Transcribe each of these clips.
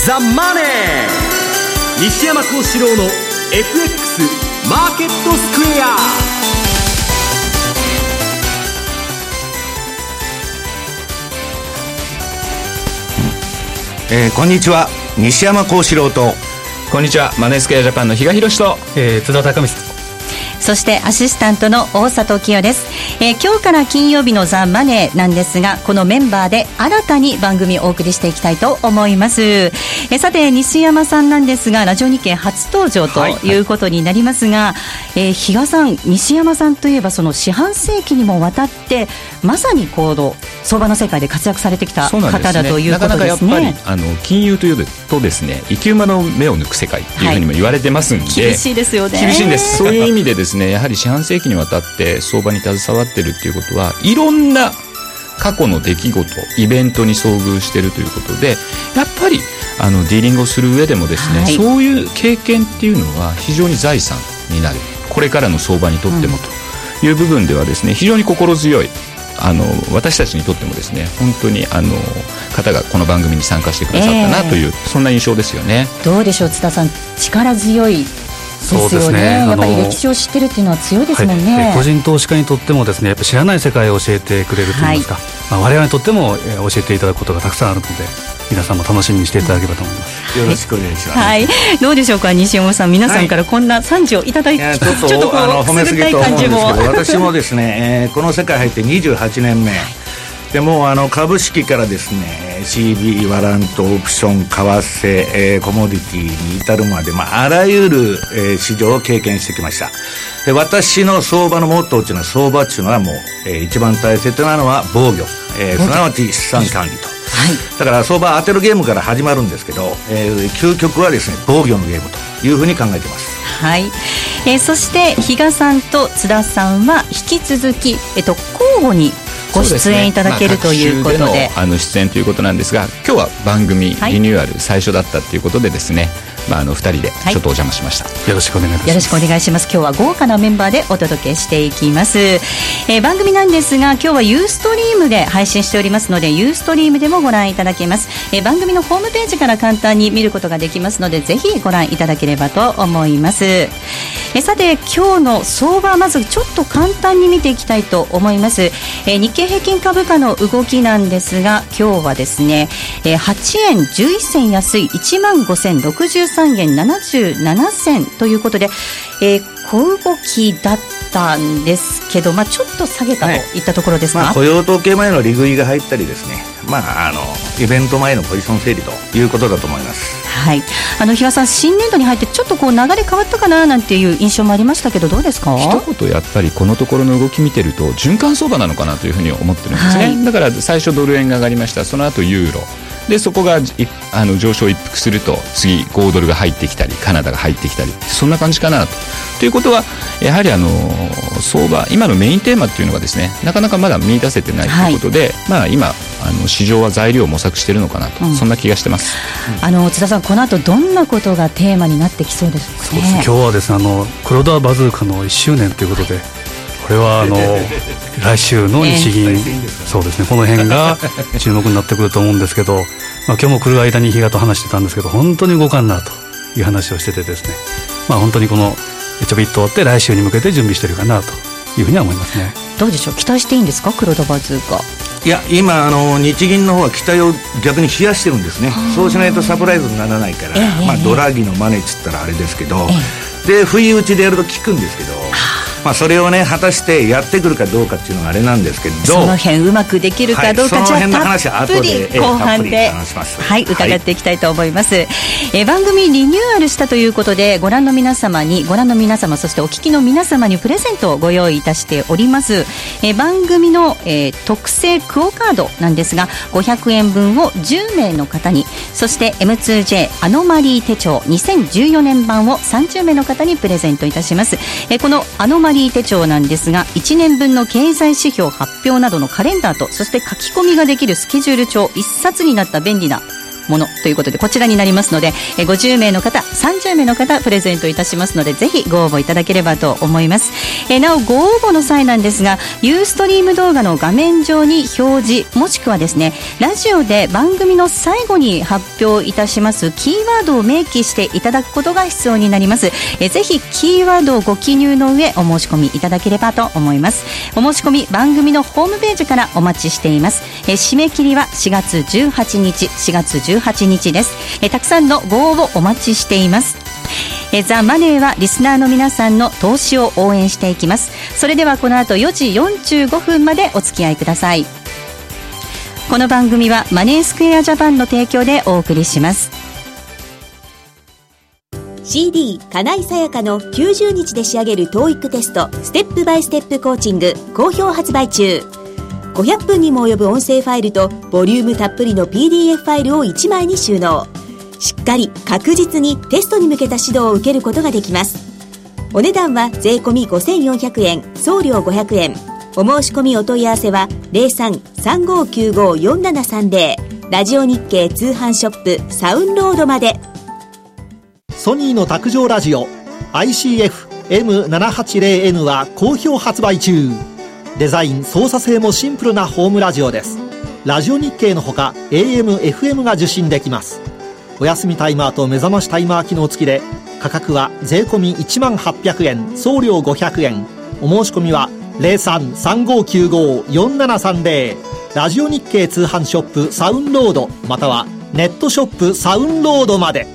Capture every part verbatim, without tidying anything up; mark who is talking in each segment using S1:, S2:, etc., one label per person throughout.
S1: ザ・マネー、西山幸四郎の エフエックス マーケットスクエア。
S2: えー、こんにちは、西山幸四郎と、
S3: こんにちは、マネースクエアジャパンの比嘉宏と、
S4: えー、津田隆光と、
S5: そしてアシスタントの大里清です。えー、今日から金曜日のザ・マネーなんですが、このメンバーで新たに番組をお送りしていきたいと思います。えー、さて西山さんなんですが、ラジオ日経初登場ということになりますが、はいはい、えー、比嘉さん、西山さんといえばその四半世紀にもわたってまさにこの相場の世界で活躍されてきた方だということですね。なかなかやっぱり
S3: あの金融というとですね、生き馬の目を抜く世界というふうにも言われてますんで、はい、
S5: 厳しいですよね。
S3: 厳しいんです。そういう意味でですね、やはり四半世紀にわたって相場に携わっているということはいろんな過去の出来事、イベントに遭遇しているということで、やっぱりあのディーリングをする上でもですね、はい、そういう経験っていうのは非常に財産になる、これからの相場にとってもという部分ではですね、非常に心強い、あの私たちにとってもですね、本当にあの方がこの番組に参加してくださったなという、えー、そんな印象ですよね。
S5: どうでしょう、津田さん、力強いですよね。そうですね、やっぱり歴史を知ってるっていうのは強いですもんね。
S4: はい、個人投資家にとってもですね、やっぱ知らない世界を教えてくれるといいますか、はい、まあ、我々にとっても教えていただくことがたくさんあるので、皆さんも楽しみにしていただければと思います。
S2: よろしくお願いします。
S5: はい、どうでしょうか、西山さん、皆さんからこんな賛辞をいただいて、はい、ちょっと、ちょっとこう
S2: あの褒めすぎと思うんですけど、私もですね、えー、この世界入ってにじゅうはちねんめ、はい、でもうあの株式からですね シービー、ワラント、オプション、為替、えー、コモディティに至るまで、まあ、あらゆる、えー、市場を経験してきました。で、私の相場のモットーというのは、相場というのはもう、えー、一番大切なのは防御、えー、すなわち資産管理と、はい、だから相場当てるゲームから始まるんですけど、えー、究極はですね、防御のゲームというふうに考えています。
S5: はい、えー、そして比嘉さんと津田さんは引き続き、えっと、交互にご出演いただける、ね、ということで、まあ、各週での、あの
S3: 出演ということなんですが、今日は番組リニューアル最初だったということでですね、まあ、あのふたりでちょっとお邪魔しました。はい、
S4: よろしくお願いします。
S5: よろしくお願いします。今日は豪華なメンバーでお届けしていきます。えー、番組なんですが、今日はユーストリームで配信しておりますので、ユーストリームでもご覧いただけます。えー、番組のホームページから簡単に見ることができますので、ぜひご覧いただければと思います。えー、さて今日の相場、まずちょっと簡単に見ていきたいと思います。えー、日経平均株価の動きなんですが、今日はですね、えー、はちえんじゅういっせん安い いちまんごせんろくじゅうさんえんななじゅうななせんということで、えー、小動きだったんですけど、まあ、ちょっと下げたといったところですか。はい、まあ、
S2: 雇用統計前の利食いが入ったりですね、まあ、あのイベント前のポジション整理ということだと思います。
S5: はい、あの比嘉さん、新年度に入ってちょっとこう流れ変わったかななんていう印象もありましたけど、どうですか。
S3: 一言やっぱりこのところの動き見てると循環相場なのかなというふうに思ってるんですね。はい、だから最初ドル円が上がりました。その後ユーロで、そこがあの上昇一服すると次ごドルが入ってきたり、カナダが入ってきたり、そんな感じかなと。ということはやはりあの相場、今のメインテーマというのがですね、なかなかまだ見出せてないということで、はい、まあ、今あの市場は材料を模索しているのかなと、うん、そんな気がしてます。
S5: うん、あの津田さん、この後どんなことがテーマになってきそうですかね。
S4: そうですね、今日はですね、あの黒田バズーカのいっしゅうねんということで、これはあの来週の日銀、えー、そうですね、この辺が注目になってくると思うんですけど、まあ、今日も来る間に比嘉と話してたんですけど、本当に動かんなという話をしててですね、まあ、本当にこのちょびっと追って来週に向けて準備してるかなというふうには思いますね。
S5: どうでしょう、期待していいんですか、黒田バズーカ。
S2: いや、今あの日銀の方は期待を逆に冷やしてるんですね。そうしないとサプライズにならないから、えーまあ、ドラギのマネーっつったらあれですけど、えー、で不意打ちでやると効くんですけど、まあ、それをね果たしてやってくるかどうかっていうのがあれなんですけど、
S5: その辺うまくできるかどうか、はい、じゃあたっぷり後半で、はい、伺っていきたいと思います。はい、え番組リニューアルしたということで、ご覧の皆様にご覧の皆様そしてお聞きの皆様にプレゼントをご用意いたしております。え番組の、えー、特製クオカードなんですが、ごひゃくえんぶんをじゅうめいの方に、そして エムツージェー アノマリー手帳にせんじゅうよねんばんをさんじゅうめいの方にプレゼントいたします。えこのアノマリー手帳なんですが、いちねんぶんの経済指標発表などのカレンダーと、そして書き込みができるスケジュール帳いっさつになった便利なものということでこちらになりますので、えごじゅうめいの方さんじゅうめいの方プレゼントいたしますので、ぜひご応募いただければと思います。えなおご応募の際なんですが、ユーストリーム動画の画面上に表示もしくはですね、ラジオで番組の最後に発表いたしますキーワードを明記していただくことが必要になります。えぜひキーワードをご記入の上お申し込みいただければと思います。お申し込み番組のホームページからお待ちしています。え締め切りはしがつじゅうはちにちしがつじゅうはちにちです。えたくさんのご応募お待ちしています。えザ・マネーはリスナーの皆さんの投資を応援していきます。それではこの後よじよんじゅうごふんまでお付き合いください。この番組はマネースクエアジャパンの提供でお送りします。
S6: シーディー 金井さやかのきゅうじゅうにちで仕上げる トーイック テストステップバイステップコーチング好評発売中。ごひゃっぷんにも及ぶ音声ファイルとボリュームたっぷりの ピーディーエフ ファイルをいちまいに収納。しっかり確実にテストに向けた指導を受けることができます。お値段は税込みごせんよんひゃくえん、送料ごひゃくえん。お申し込みお問い合わせは ゼロさん さんごきゅうご よんななさんゼロ ラジオ日経通販ショップサウンロードまで。
S7: ソニーの卓上ラジオ アイシーエフエムななはちゼロエヌ は好評発売中。デザイン操作性もシンプルなホームラジオです。ラジオ日経のほか エーエム、エフエム が受信できます。お休みタイマーと目覚ましタイマー機能付きで価格は税込みいちまんはっぴゃくえん、送料ごひゃくえん。お申し込みは ゼロさん さんごきゅうご よんななさんゼロ ラジオ日経通販ショップサウンロードまたはネットショップサウンロードまで。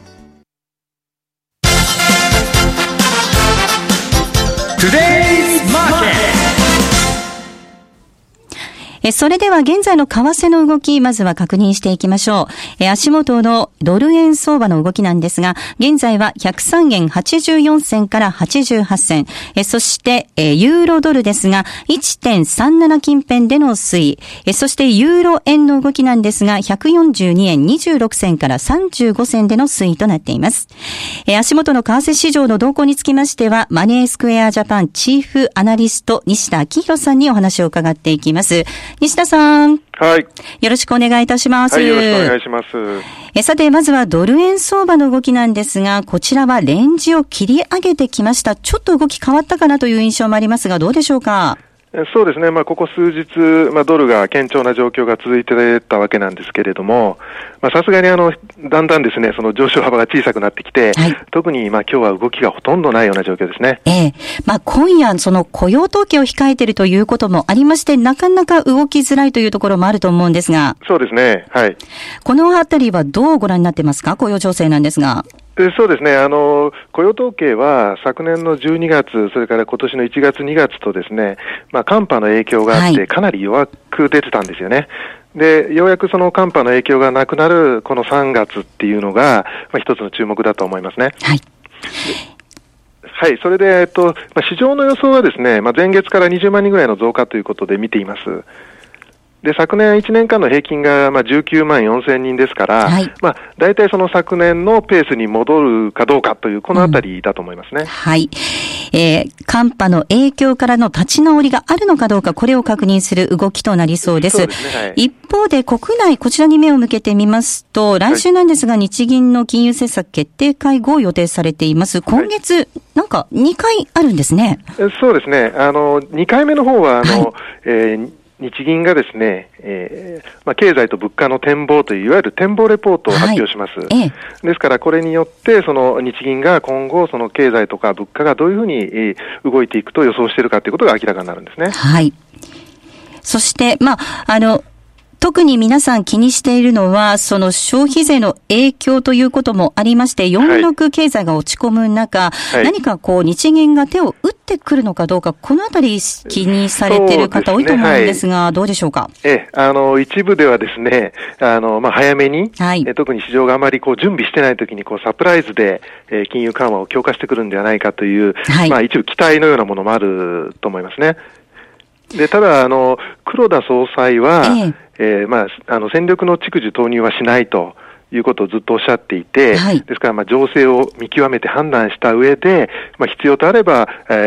S5: えそれでは現在の為替の動き、まずは確認していきましょう。え足元のドル円相場の動きなんですが、現在はひゃくさんえんはちじゅうよんせんからはちじゅうはちせん。えそしてえユーロドルですが いってんさんなな 近辺での推移。えそしてユーロ円の動きなんですがひゃくよんじゅうにえんにじゅうろくせんからさんじゅうごせんでの推移となっています。え足元の為替市場の動向につきましては、マネースクエアジャパンチーフアナリスト西田明宏さんにお話を伺っていきます。西田さん。
S8: はい。
S5: よろしくお願いいたします。
S8: はい、よろしくお願いします。
S5: えさて、まずはドル円相場の動きなんですが、こちらはレンジを切り上げてきました。ちょっと動き変わったかなという印象もありますが、どうでしょうか。
S8: そうですね。まあ、ここ数日、まあ、ドルが堅調な状況が続いてたわけなんですけれども、まあ、さすがにあの、だんだんですね、その上昇幅が小さくなってきて、はい、特にまあ、今日は動きがほとんどないような状況ですね。
S5: ええ。まあ、今夜、その雇用統計を控えているということもありまして、なかなか動きづらいというところもあると思うんですが。
S8: そうですね。はい。
S5: このあたりはどうご覧になってますか？雇用情勢なんですが。
S8: そうですね。あの、雇用統計は昨年のじゅうにがつ、それから今年のいちがつ、にがつとですね、まあ、寒波の影響があって、かなり弱く出てたんですよね。で、ようやくその寒波の影響がなくなるこのさんがつっていうのが、まあ、一つの注目だと思いますね。
S5: はい。
S8: はい。それで、えっと、まあ、市場の予想はですね、まあ、前月からにじゅうまんにんぐらいの増加ということで見ています。で、昨年いちねんかんの平均がまあじゅうきゅうまんよんせんにんですから、はい、まあ大体その昨年のペースに戻るかどうかというこのあたりだと思いますね。
S5: うん、はい。えー、寒波の影響からの立ち直りがあるのかどうか、これを確認する動きとなりそうです。
S8: そうですね、はい、
S5: 一方で国内、こちらに目を向けてみますと、来週なんですが、日銀の金融政策決定会合を予定されています。今月、はい、なんかにかいあるんですね。
S8: そうですね。あの、にかいめの方は、あの、はい、えー日銀がですね、えーまあ、経済と物価の展望といういわゆる展望レポートを発表します。はいええ、ですからこれによってその日銀が今後その経済とか物価がどういうふうに、えー、動いていくと予想しているかということが明らかになるんですね。
S5: はい。そしてまああの特に皆さん気にしているのは、その消費税の影響ということもありまして、よんじゅうろく経済が落ち込む中、はい、何かこう日銀が手を打ってくるのかどうか、このあたり気にされている方多いと思うんですが、はい、どうでしょうか。
S8: ええ、あの、一部ではですね、あの、まあ、早めに、はい、え特に市場があまりこう準備してないときにこうサプライズで、えー、金融緩和を強化してくるんではないかという、はい、まあ、一部期待のようなものもあると思いますね。で、ただ、あの、黒田総裁は、えええー、まあ、あの、戦力の蓄需投入はしないということをずっとおっしゃっていて、はい、ですから、まあ、情勢を見極めて判断した上で、まあ、必要とあれば、えー、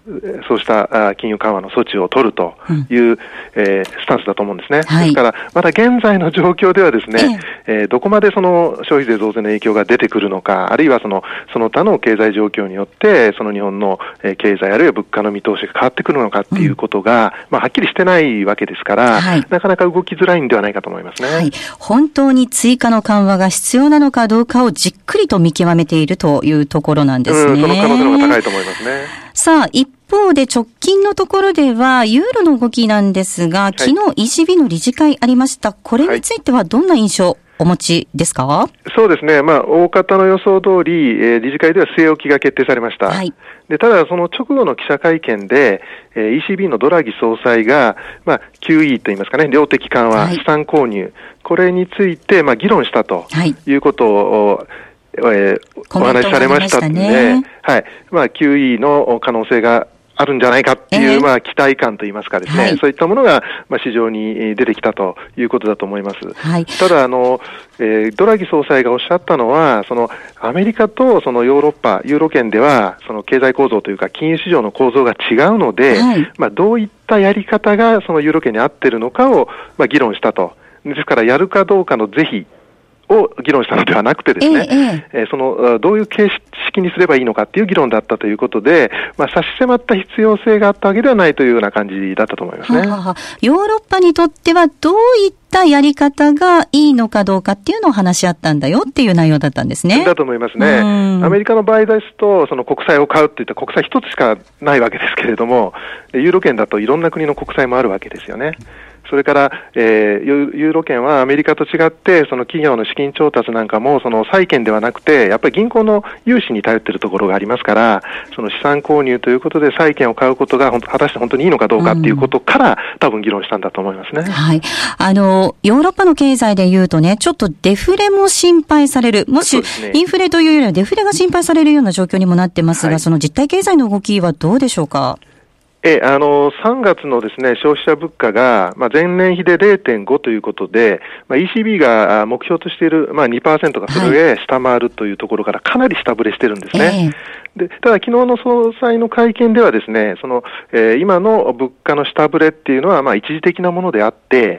S8: そうした金融緩和の措置を取るという、うん、えー、スタンスだと思うんですね。はい、ですから、まだ現在の状況ではですね、えええー、どこまでその消費税増税の影響が出てくるのか、あるいはその、その他の経済状況によって、その日本の経済あるいは物価の見通しが変わってくるのかっていうことが、うん、まあ、はっきりしてないわけですから、はい、なかなか動きづらいんではないかと思いますね。はい、
S5: 本当に追加の緩和が必要なのかどうかをじっくりと見極めているというところなんですね。
S8: うん、その可能性の方が高いと思いますね。
S5: さあ、一方で直近のところでは、ユーロの動きなんですが、昨日 イーシービー の理事会ありました。これについてはどんな印象お持ちですか？はい、
S8: そうですね。まあ、大方の予想通り、えー、理事会では据え置きが決定されました。はい、で、ただ、その直後の記者会見で、えー、イーシービー のドラギ総裁が、まあ、キューイー といいますかね、量的緩和、はい、資産購入、これについて、まあ、議論したということを、はい、えー、お話しされましたので、はい。まあ、キューイー の可能性があるんじゃないかっていう、えー、まあ、期待感といいますかですね、はい、そういったものが、まあ、市場に出てきたということだと思います。はい、ただ、あの、えー、ドラギ総裁がおっしゃったのは、その、アメリカとそのヨーロッパ、ユーロ圏では、その経済構造というか、金融市場の構造が違うので、はい、まあ、どういったやり方がそのユーロ圏に合っているのかを、まあ、議論したと。ですから、やるかどうかの是非を議論したのではなくてですね、えええー、そのどういう形式にすればいいのかっていう議論だったということで、まあ、差し迫った必要性があったわけではないというような感じだったと思いますね。ははは
S5: ヨーロッパにとってはどういったやり方がいいのかどうかっていうのを話し合ったんだよっていう内容だったんですね。
S8: だと思いますね。アメリカの場合ですと、その国債を買うっていった国債一つしかないわけですけれども、ユーロ圏だといろんな国の国債もあるわけですよね。それから、えー、ユーロ圏はアメリカと違って、その企業の資金調達なんかも、その債券ではなくて、やっぱり銀行の融資に頼っているところがありますから、その資産購入ということで債券を買うことが、果たして本当にいいのかどうかっていうことから、うん、多分議論したんだと思いますね。
S5: はい。あの、ヨーロッパの経済で言うとね、ちょっとデフレも心配される。もし、インフレというよりはデフレが心配されるような状況にもなってますが、はい、その実体経済の動きはどうでしょうか？
S8: え、あの、さんがつのですね、消費者物価が、まあ、前年比で れいてんご ということで、まあ、イーシービー が目標としている、まあ、にパーセント がそれへ下回るというところからかなり下振れしてるんですね。えー、で、ただ昨日の総裁の会見ではですね、その、えー、今の物価の下振れっていうのは、まあ、一時的なものであって、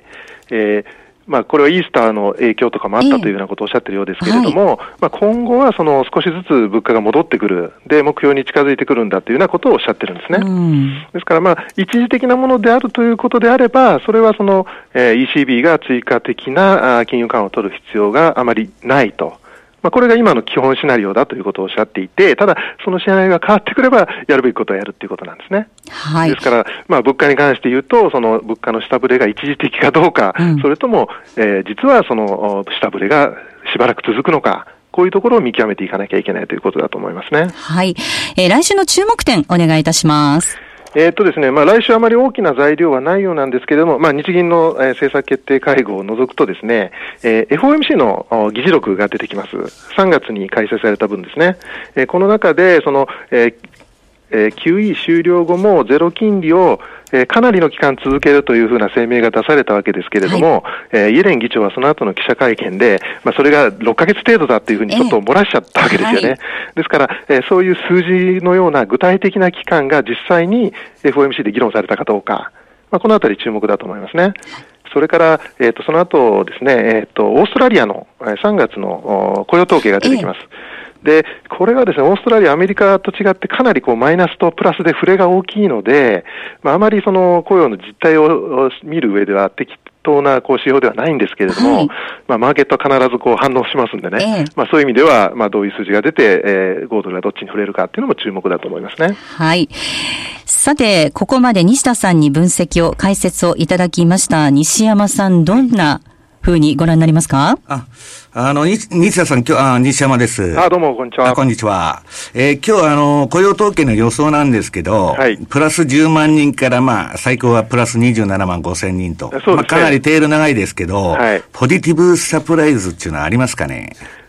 S8: えーまあ、これはイースターの影響とかもあったというようなことをおっしゃっているようですけれども、えーはい、まあ、今後はその少しずつ物価が戻ってくる、で、目標に近づいてくるんだというようなことをおっしゃってるんですね。うん、ですから、まあ、一時的なものであるということであれば、それはその、えー、イーシービー が追加的な金融緩和を取る必要があまりないと。まあ、これが今の基本シナリオだということをおっしゃっていて、ただ、そのシナリオが変わってくれば、やるべきことをやるということなんですね。はい。ですから、まあ、物価に関して言うと、その物価の下振れが一時的かどうか、うん、それとも、えー、実はその下振れがしばらく続くのか、こういうところを見極めていかなきゃいけないということだと思いますね。
S5: はい。えー、来週の注目点、お願いいたします。
S8: えーっとですね、まあ、来週あまり大きな材料はないようなんですけれども、まあ、日銀の、えー、政策決定会合を除くとですね、えー、エフオーエムシー の議事録が出てきます。さんがつに開催された分ですね。えー、この中で、その、えーえー、キューイー 終了後もゼロ金利を、えー、かなりの期間続けるというふうな声明が出されたわけですけれども、はい、えー、イエレン議長はその後の記者会見で、まあ、それがろっかげつ程度だというふうにちょっと漏らしちゃったわけですよね。えーはい、ですから、えー、そういう数字のような具体的な期間が実際に エフオーエムシー で議論されたかどうか、まあ、このあたり注目だと思いますね。それから、えっと、その後ですね、えっと、オーストラリアのさんがつの雇用統計が出てきます。えーで、これがですね、オーストラリア、アメリカと違ってかなりこうマイナスとプラスで振れが大きいので、まあ、あまりその雇用の実態を見る上では適当なこう指標ではないんですけれども、はい、まあ、マーケットは必ずこう反応しますんでね、ええ、まあ、そういう意味では、まあ、どういう数字が出て、えー、ごドルがどっちに触れるかっていうのも注目だと思いますね。
S5: はい。さて、ここまで西田さんに分析を、解説をいただきました。西山さん、どんな風にご覧になりますか？
S2: あ、あの、西田さん、今日、あ、西山です。
S8: あ、どうも、こんにちは。
S2: あ、こんにちは。えー、今日、あの、雇用統計の予想なんですけど、はい、プラスじゅうまんにんから、まあ、最高はプラスにじゅうななまんごせんにんと、そうですね、まあ、かなりテール長いですけど、はい、ポジティブサプライズっていうのはありますかね？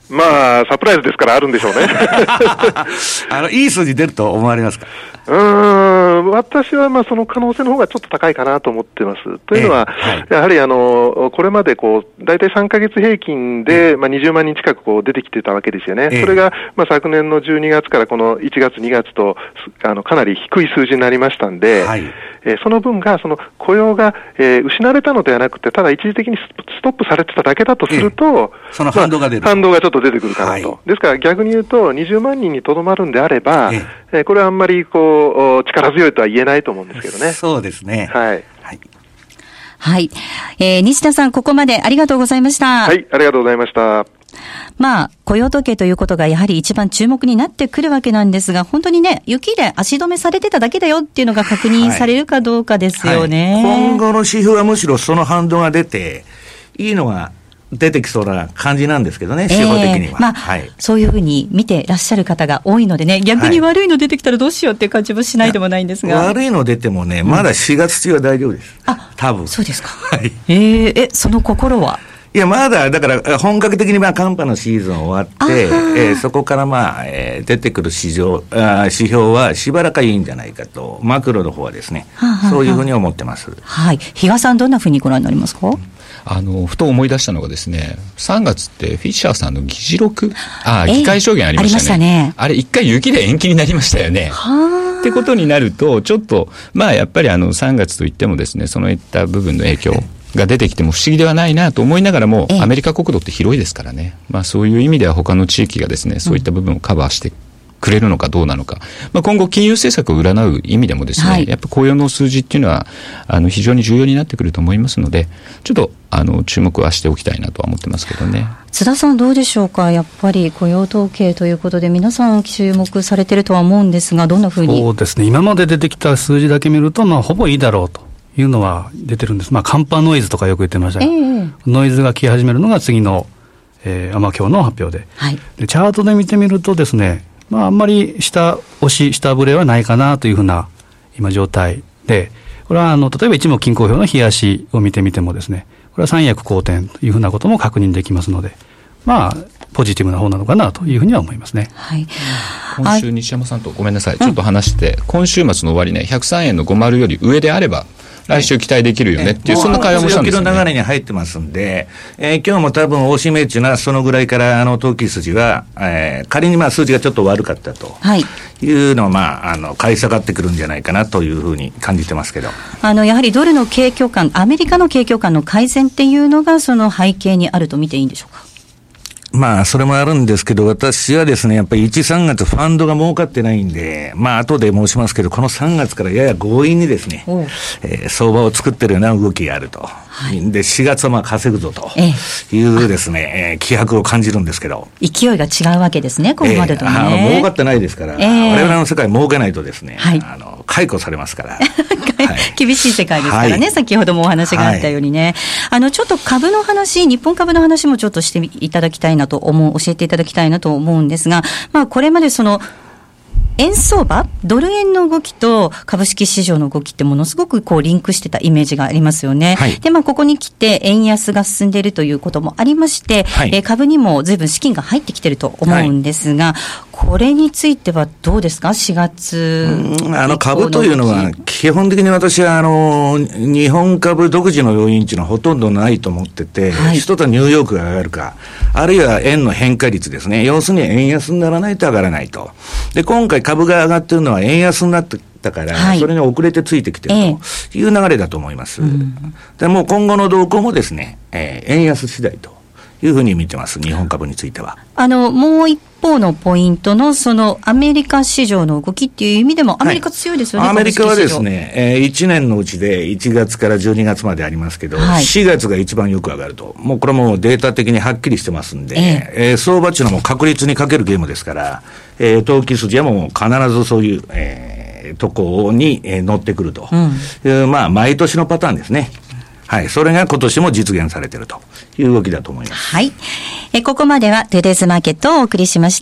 S8: まあ、サプライズですからあるんでしょうね。
S2: あの、いい数字出ると思われますか？
S8: うーん、私はまあその可能性の方がちょっと高いかなと思ってます。というのは、えーはい、やはりあの、これまでこう、大体さんかげつ平均で、まあにじゅうまんにん近くこう出てきてたわけですよね。えー、それが、まあ昨年のじゅうにがつからこのいちがつ、にがつと、あの、かなり低い数字になりましたんで、はい、えー、その分が、その雇用が、えー、失われたのではなくて、ただ一時的にストップされてただけだとすると、えー、
S2: その反動が出る。
S8: まあ、反動がちょっと出てくるかなと。はい、ですから逆に言うと、にじゅうまんにんにとどまるんであれば、えーえー、これはあんまりこう、力強いとは言えないと思うんですけどね。
S2: そうですね。
S8: はい。
S5: はい。はい。えー、西田さん、ここまでありがとうございました。
S8: はい、ありがとうございました。
S5: まあ、雇用統計ということがやはり一番注目になってくるわけなんですが、本当にね、雪で足止めされてただけだよっていうのが確認されるかどうかですよね。
S2: はいはい、今後の指標はむしろその反動が出て、いいのが出てきそうな感じなんですけどね、指標的には。
S5: えー、まあ、はい、そういうふうに見てらっしゃる方が多いのでね、逆に悪いの出てきたらどうしようっていう感じもしないでもないんですが。
S2: 悪いの出てもね、まだしがつ中は大丈夫です。
S5: うん、あ、多分。そうですか。
S2: はい。
S5: えー、え、その心はい
S2: や、まだ、だから、本格的にまあ、寒波のシーズン終わって、えー、そこからまあ、えー、出てくる市場、あ指標はしばらくいいんじゃないかと、マクロの方はですね、はあはあ、そういうふうに思ってます。
S5: はい。比嘉さん、どんなふうにご覧になりますか？
S3: あの、ふと思い出したのがですね、さんがつってフィッシャーさんの議事録、あ、議会証言ありましたね。えー、ありましたね。あれ、一回雪で延期になりましたよね。はあ。ってことになると、ちょっと、まあ、やっぱりあの、さんがつといってもですね、そのいった部分の影響、が出てきても不思議ではないなと思いながらも、アメリカ国土って広いですからね、まあ、そういう意味では他の地域がですね、そういった部分をカバーしてくれるのかどうなのか、まあ、今後金融政策を占う意味でもですね、はい、やっぱ雇用の数字っていうのはあの非常に重要になってくると思いますので、ちょっとあの注目はしておきたいなとは思ってますけどね。
S5: 津田さん、どうでしょうか？やっぱり雇用統計ということで皆さん注目されているとは思うんですが、どんなふうに？
S4: そうですね、今まで出てきた数字だけ見ると、まあ、ほぼいいだろうというのは出てるんです。まあ、寒波ノイズとかよく言ってましたが、えー、ノイズが来始めるのが次の、えー、アマ今日の発表で、はい、でチャートで見てみるとですね、まあ、あんまり下押し下振れはないかなというふうな今状態で、これはあの例えば一目均衡表の冷やしを見てみてもですね、これは三役好転というふうなことも確認できますので、まあポジティブな方なのかなというふうには思いますね。
S5: はい、
S3: 今週西山さんとごめんなさい、ちょっと話して、うん、今週末の終値ひゃくさんえんのごじゅうより上であれば来週期待できるよねっていう、そんな会話もしたんですよね。
S2: 強気の流れに入ってますんで、えー、今日も多分、大しめっていうのは、そのぐらいから、あの、投機筋は、えー、仮にまあ、数字がちょっと悪かったというのは、まあ、あの、買い下がってくるんじゃないかなというふうに感じてますけど。
S5: あの、やはりドルの景況感、アメリカの景況感の改善っていうのが、その背景にあると見ていいんでしょうか？
S2: まあ、それもあるんですけど、私はですね、やっぱりいち、さんがつファンドが儲かってないんで、まあ、後で申しますけど、このさんがつからやや強引にですね、えー、相場を作ってるような動きがあると。はい、で、しがつはまあ稼ぐぞというですね、ええ、気迫を感じるんですけど。
S5: 勢いが違うわけですね、ここまでとね。えー、
S2: あの儲かってないですから、えー、我々の世界儲けないとですね、はい、あの解雇されますから。はい、
S5: 厳しい世界ですからね、はい、先ほどもお話があったようにね、はい、あのちょっと株の話、日本株の話もちょっとしていただきたいなと思う、教えていただきたいなと思うんですが、まあ、これまでその円相場、ドル円の動きと株式市場の動きってものすごくこうリンクしてたイメージがありますよね。はい、で、まあ、ここに来て円安が進んでいるということもありまして、はい、えー、株にも随分資金が入ってきていると思うんですが、はい、これについてはどうですか？しがつ
S2: あの株というのは基本的に私はあの日本株独自の要因というのはほとんどないと思ってて、はい、一つはニューヨークが上がるか、あるいは円の変化率ですね。要するに円安にならないと上がらないと。で、今回株が上がっているのは円安になってだから、はい、それに遅れてついてきているという流れだと思います。ええ、うん、でも今後の動向もですね、えー、円安次第というふうに見てます、日本株については。
S5: あのもう一方のポイントのそのアメリカ市場の動きっていう意味でもアメリカ強いですよね。
S2: はい、アメリカはですね、えー、いちねんのうちでいちがつからじゅうにがつまでありますけど、はい、しがつが一番よく上がると、もうこれもデータ的にはっきりしてますんで、えーえー、相場っていうのはもう確率にかけるゲームですから、えー、投機筋はもう必ずそういう、えー、とこに、えー、乗ってくると、うん、まあ毎年のパターンですね。はい、それが今年も実現されているという動きだと思います。
S5: はい、えここまではトゥデイズマーケットをお送りしました。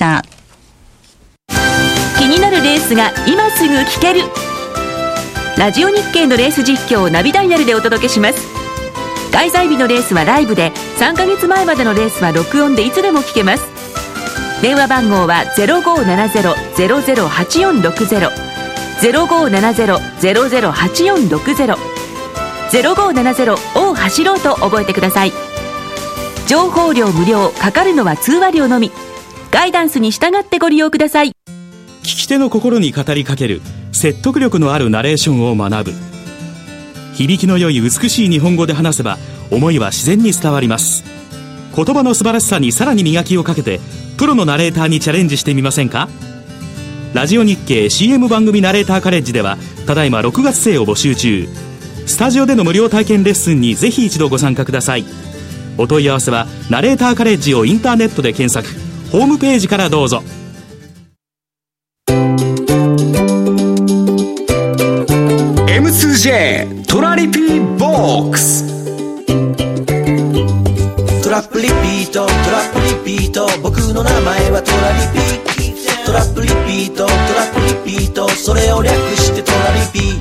S6: 気になるレースが今すぐ聞ける。ラジオ日経のレース実況をナビダイヤルでお届けします。開催日のレースはライブで、さんかげつまえまでのレースは録音でいつでも聞けます。
S9: 電話番号は ゼロごーななゼロ ゼロゼロはちよんろくゼロ ゼロごーななゼロ ゼロゼロはちよんろくゼロ ゼロごーななゼロを走ろうと覚えてください。情報料無料、かかるのは通話料のみ。ガイダンスに従ってご利用ください。
S10: 聞き手の心に語りかける説得力のあるナレーションを学ぶ。響きの良い美しい日本語で話せば思いは自然に伝わります。言葉の素晴らしさにさらに磨きをかけてプロのナレーターにチャレンジしてみませんか。ラジオ日経 シーエム 番組ナレーターカレッジではただいまろくがつ生を募集中。スタジオでの無料体験レッスンにぜひ一度ご参加ください。お問い合わせはナレーターカレッジをインターネットで検索、ホームページからどうぞ。
S1: エムツージェー トラリピーボックス。
S11: トラップリピート、トラップリピート、僕の名前はトラリピ。トラップリピート、トラップリピート、それを略してトラリピ。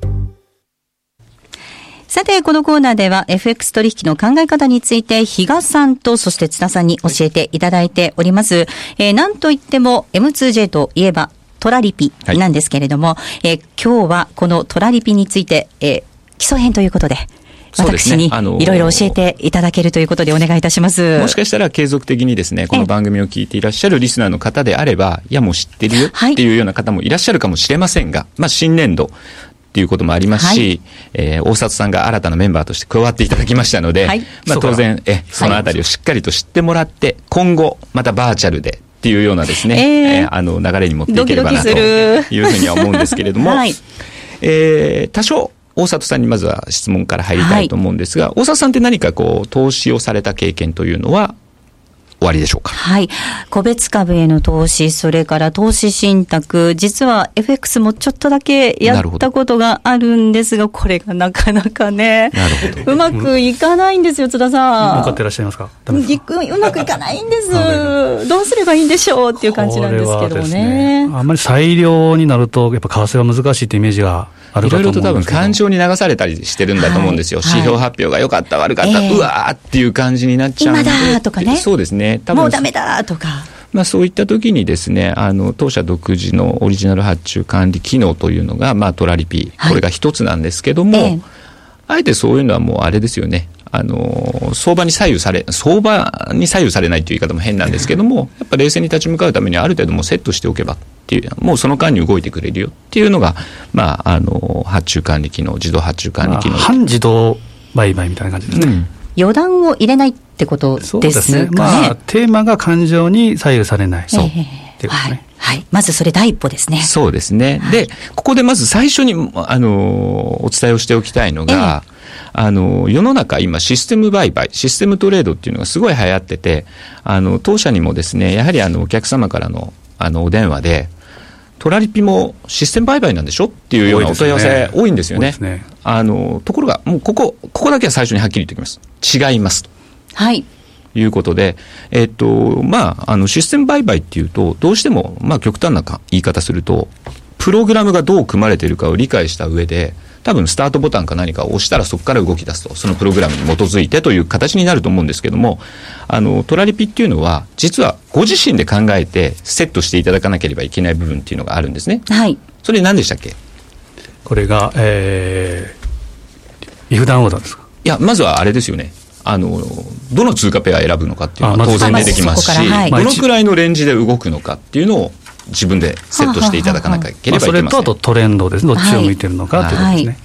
S5: さて、このコーナーでは エフエックス 取引の考え方について比嘉さんとそして津田さんに教えていただいております。えー、なんといっても エムツージェー といえばトラリピなんですけれども、はい、えー、今日はこのトラリピについて、えー、基礎編ということで私にいろいろ教えていただけるということでお願いいたします。
S3: もしかしたら継続的にですね、この番組を聞いていらっしゃるリスナーの方であれば、いやもう知ってるよっていうような方もいらっしゃるかもしれませんが、まあ新年度っていうこともありますし、はい、えー、大里さんが新たなメンバーとして加わっていただきましたので、はい、まあ当然えそのあたりをしっかりと知ってもらって、今後またバーチャルでっていうようなですね、えーえー、あの流れに持っていければなというふうには思うんですけれども、はい、えー、多少大里さんにまずは質問から入りたいと思うんですが、はい、大里さんって何かこう投資をされた経験というのは終わりでしょうか。
S5: はい。個別株への投資、それから投資信託、実は エフエックス もちょっとだけやったことがあるんですが、これがなかなかね、なるほどうまくいかないんですよ、津田さん。
S4: 分かっていらっしゃいますか。
S5: うまくいかないんです。どうすればいいんでしょうっていう感じなんですけどもね。
S4: あんまり裁量になると、やっぱ為替は難しいってイメージがあるかと思うんですけど。
S3: いろいろと多分感情に流されたりしてるんだと思うんですよ。はい、指標発表が良かった、悪かった、えー、うわーっていう感じになっちゃうんで。
S5: 今だとかね。
S3: そうですね。
S5: もうダメだとか。
S3: まあそういった時にですね、あの、当社独自のオリジナル発注管理機能というのが、まあトラリピ、これが一つなんですけども、はい、えー、あえてそういうのはもうあれですよね。あの、相場に左右され、相場に左右されないという言い方も変なんですけども、やっぱ冷静に立ち向かうためにはある程度もうセットしておけばっていう、もうその間に動いてくれるよっていうのが、まあ、あの、発注管理機能、自動発注管理機能。まあ、
S4: 半自動売買みたいな感じですね。うん、
S5: 予断を入れないってことですかね。そうですね。
S4: まあ、テーマが感情に左右されない。そう。えー、って
S5: ことですね。はい。はい。まずそれ第一歩ですね。
S3: そうですね。はい、で、ここでまず最初に、あの、お伝えをしておきたいのが、えーあの、世の中今システム売買、システムトレードっていうのがすごい流行ってて、あの、当社にもですね、やはりあの、お客様からの、あの、お電話で、トラリピもシステム売買なんでしょっていうようなお問い合わせ多いんですよね。多いですね。あの、ところが、もうここ、ここだけは最初にはっきり言っておきます。違いますと。
S5: はい。
S3: いうことで、えっと、まあ、あの、システム売買っていうと、どうしても、まあ、極端な言い方すると、プログラムがどう組まれているかを理解した上で、多分スタートボタンか何かを押したらそこから動き出すと、そのプログラムに基づいてという形になると思うんですけども、あのトラリピっていうのは実はご自身で考えてセットしていただかなければいけない部分っていうのがあるんですね。
S5: はい。
S3: それ何でしたっけ？
S4: これが、えー、イフダウンオーダーですか？
S3: いや、まずはあれですよね。あのどの通貨ペア選ぶのかっていうのは当然出てきますし、まあ、どのくらいのレンジで動くのかっていうのを自分でセットしていただかなければいけません。
S4: それとあとトレンドですね。どっちを向いてるのかということですね。はいはい、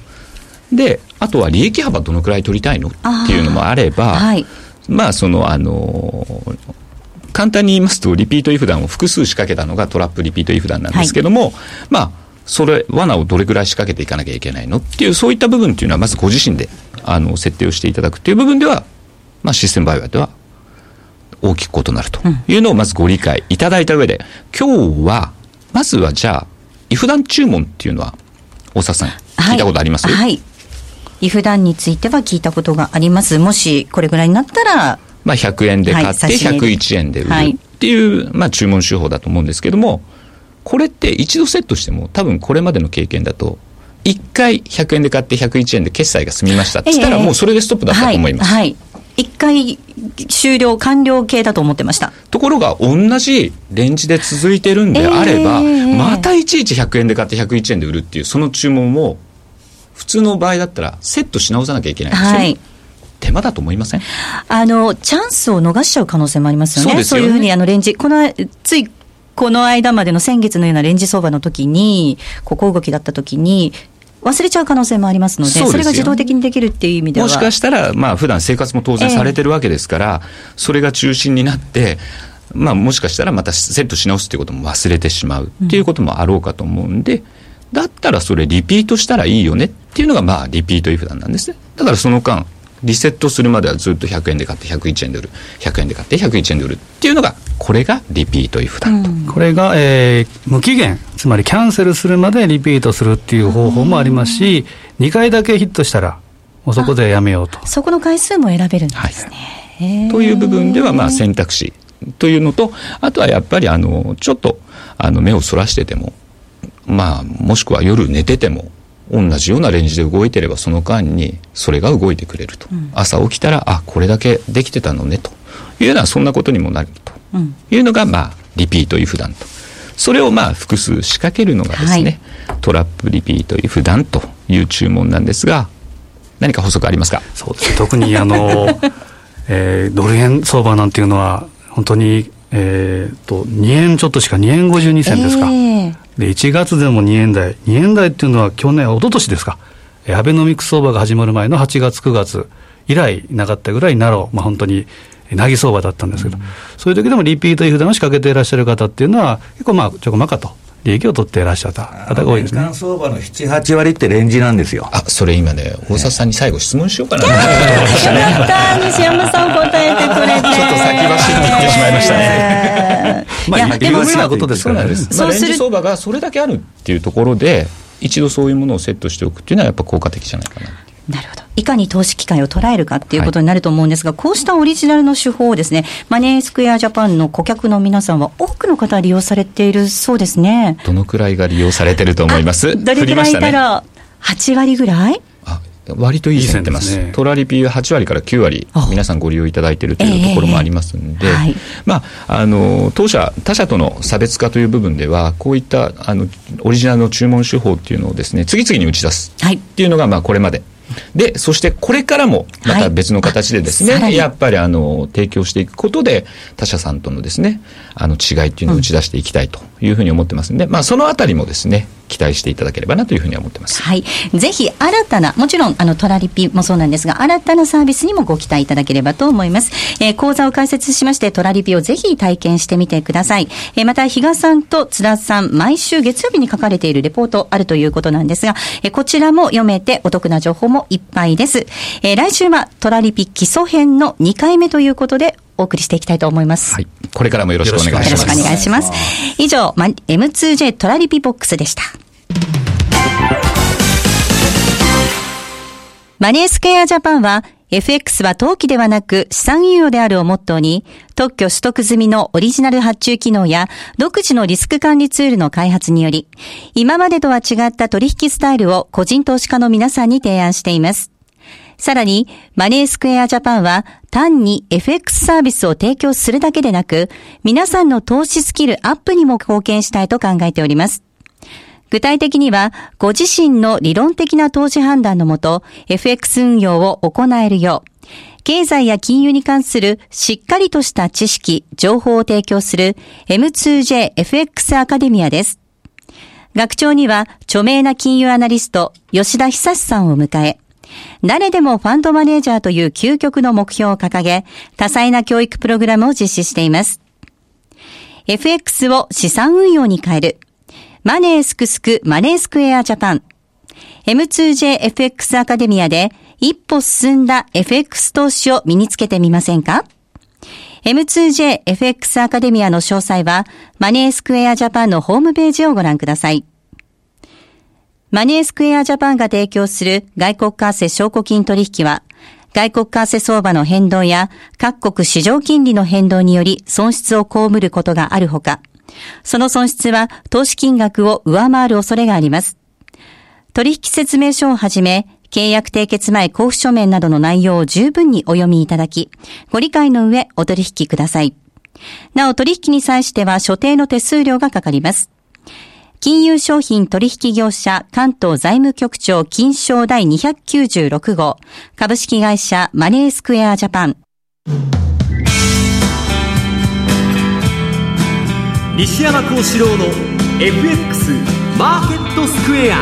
S3: で、あとは利益幅どのくらい取りたいのっていうのもあれば、はい、まあそのあの簡単に言いますとリピートイフダンを複数仕掛けたのがトラップリピートイフダンなんですけども、はい、まあそれ罠をどれくらい仕掛けていかなきゃいけないのっていうそういった部分っていうのはまずご自身であの設定をしていただくっていう部分では、まあ、システム売買では大きく異なるというのをまずご理解いただいた上で、うん、今日はまずはじゃあイフダン注文っていうのは大沢さん聞いたことあります？
S5: はい、はい、イフダンについては聞いたことがあります。もしこれぐらいになったら、
S3: まあ、ひゃくえんで買ってひゃくいちえんで売るっていう、まあ、注文手法だと思うんですけども、これって一度セットしても多分これまでの経験だといっかいひゃくえんで買ってひゃくいちえんで決済が済みましたって言ったらもうそれでストップだったと思います。
S5: えーはいはい、いっかい終了完了形だと思ってました。
S3: ところが同じレンジで続いてるんであれば、えー、またいちいちひゃくえんで買ってひゃくいちえんで売るっていうその注文を普通の場合だったらセットし直さなきゃいけないんですよ、はい、手間だと思いません？
S5: あのチャンスを逃しちゃう可能性もありますよね。そうですよね。そういうふうにあのレンジこのついこの間までの先月のようなレンジ相場の時にここ動きだった時に忘れちゃう可能性もありますので、 そ, それが自動的にできるっていう意味では
S3: もしかしたら、まあ、普段生活も当然されてるわけですから、えー、それが中心になって、まあ、もしかしたらまたセットし直すっていうことも忘れてしまうっていうこともあろうかと思うんで、うん、だったらそれリピートしたらいいよねっていうのが、まあ、リピートイフダンなんですね。だからその間リセットするまではずっとひゃくえんで買ってひゃくいちえんで売る、ひゃくえんで買ってひゃくいちえんで売るっていうのが、これがリピートイフダンと、うん、
S4: これが、えー、無期限、つまりキャンセルするまでリピートするっていう方法もありますし、にかいだけヒットしたらもうそこでやめようと、
S5: そこの回数も選べるんですね、
S3: はい、という部分ではまあ選択肢というのと、あとはやっぱりあのちょっとあの目をそらしてても、まあ、もしくは夜寝てても同じようなレンジで動いてればその間にそれが動いてくれると、うん、朝起きたらあこれだけできてたのねというようなそんなことにもなるというのが、まあ、リピートイフダンと、それをまあ複数仕掛けるのがですね、はい、トラップリピートイフダンという注文なんですが、何か補足ありますか？
S4: そうですね、特にあの、えー、ドル円相場なんていうのは本当に、えー、とにえんちょっとしかにえんごじゅうにせんですか、えーでいちがつでもにえん台、にえん台っていうのは去年、一昨年ですか、アベノミクス相場が始まる前のはちがつくがつ以来なかったぐらいナロー、まあ、本当になぎ相場だったんですけど、うん、そういう時でもリピートイフダンを仕掛けていらっしゃる方っていうのは結構まあちょこまかと利益を取っていらっしゃった方が多いですね。
S2: 年間相場のなな、はちわりってレンジなんですよ。
S3: あ、それ今ね、大里さんに最後質問しようかなと思ってま
S5: したね。やった西山さん答えてくれて、ちょっと
S3: 先走って言ってしまいましたね。
S4: まあ、でも有なことですからね。
S3: まあ、レンジ相場がそれだけあるっていうところで一度そういうものをセットしておくっていうのはやっぱ効果的じゃないかな。
S5: なるほど。いかに投資機会を捉えるかっていうことになると思うんですが、はい、こうしたオリジナルの手法をですね、マネースクエアジャパンの顧客の皆さんは多くの方利用されているそうですね。
S3: どのくらいが利用されてると思います？
S5: どれくらいだろう、ね、はちわりぐらい？
S3: あ、割といい線いってます。いいですね。トラリピははちわりからきゅうわり皆さんご利用いただいているというところもありますので、えーはい、まあ、あの当社他社との差別化という部分ではこういったあのオリジナルの注文手法っていうのをですね次々に打ち出すっていうのがまあこれまでで、そしてこれからもまた別の形でですね、はい、やっぱりあの提供していくことで他社さんとのですねあの違いっていうのを打ち出していきたいというふうに思ってますので、うん、まあそのあたりもですね期待していただければなというふうに思ってます。
S5: はい、ぜひ新たな、もちろんあのトラリピもそうなんですが、新たなサービスにもご期待いただければと思います。えー、講座を開設しましてトラリピをぜひ体験してみてください。えー、また比嘉さんと津田さん毎週月曜日に書かれているレポートあるということなんですが、えー、こちらも読めてお得な情報もいっぱいです。えー、来週はトラリピ基礎編のにかいめということでお送りしていきたいと思います。
S3: はい、これからもよろしくお願いします。
S5: よろしくお願いします。以上 エムツージェー トラリピボックスでした。マネースクエアジャパンは エフエックス は投機ではなく資産運用であるをモットーに、特許取得済みのオリジナル発注機能や独自のリスク管理ツールの開発により、今までとは違った取引スタイルを個人投資家の皆さんに提案しています。さらに、マネースクエアジャパンは単に エフエックス サービスを提供するだけでなく、皆さんの投資スキルアップにも貢献したいと考えております。具体的には、ご自身の理論的な投資判断のもと、エフエックス 運用を行えるよう、経済や金融に関するしっかりとした知識、情報を提供する エムツージェーエフエックス アカデミアです。学長には、著名な金融アナリスト、吉田久さんを迎え、誰でもファンドマネージャーという究極の目標を掲げ、多彩な教育プログラムを実施しています。エフエックス を資産運用に変える。マネースクスクマネースクエアジャパン エムツージェーエフエックス アカデミアで一歩進んだ エフエックス 投資を身につけてみませんか？ エムツージェーエフエックス アカデミアの詳細はマネースクエアジャパンのホームページをご覧ください。マネースクエアジャパンが提供する外国為替証拠金取引は外国為替相場の変動や各国市場金利の変動により損失を被ることがあるほか、その損失は投資金額を上回る恐れがあります。取引説明書をはじめ、契約締結前交付書面などの内容を十分にお読みいただき、ご理解の上お取引ください。 なお取引に際しては所定の手数料がかかります。金融商品取引業者関東財務局長金商第にひゃくきゅうじゅうろく号株式会社マネースクエアジャパン。
S1: 西山幸四郎の エフエックス マーケットスクエア。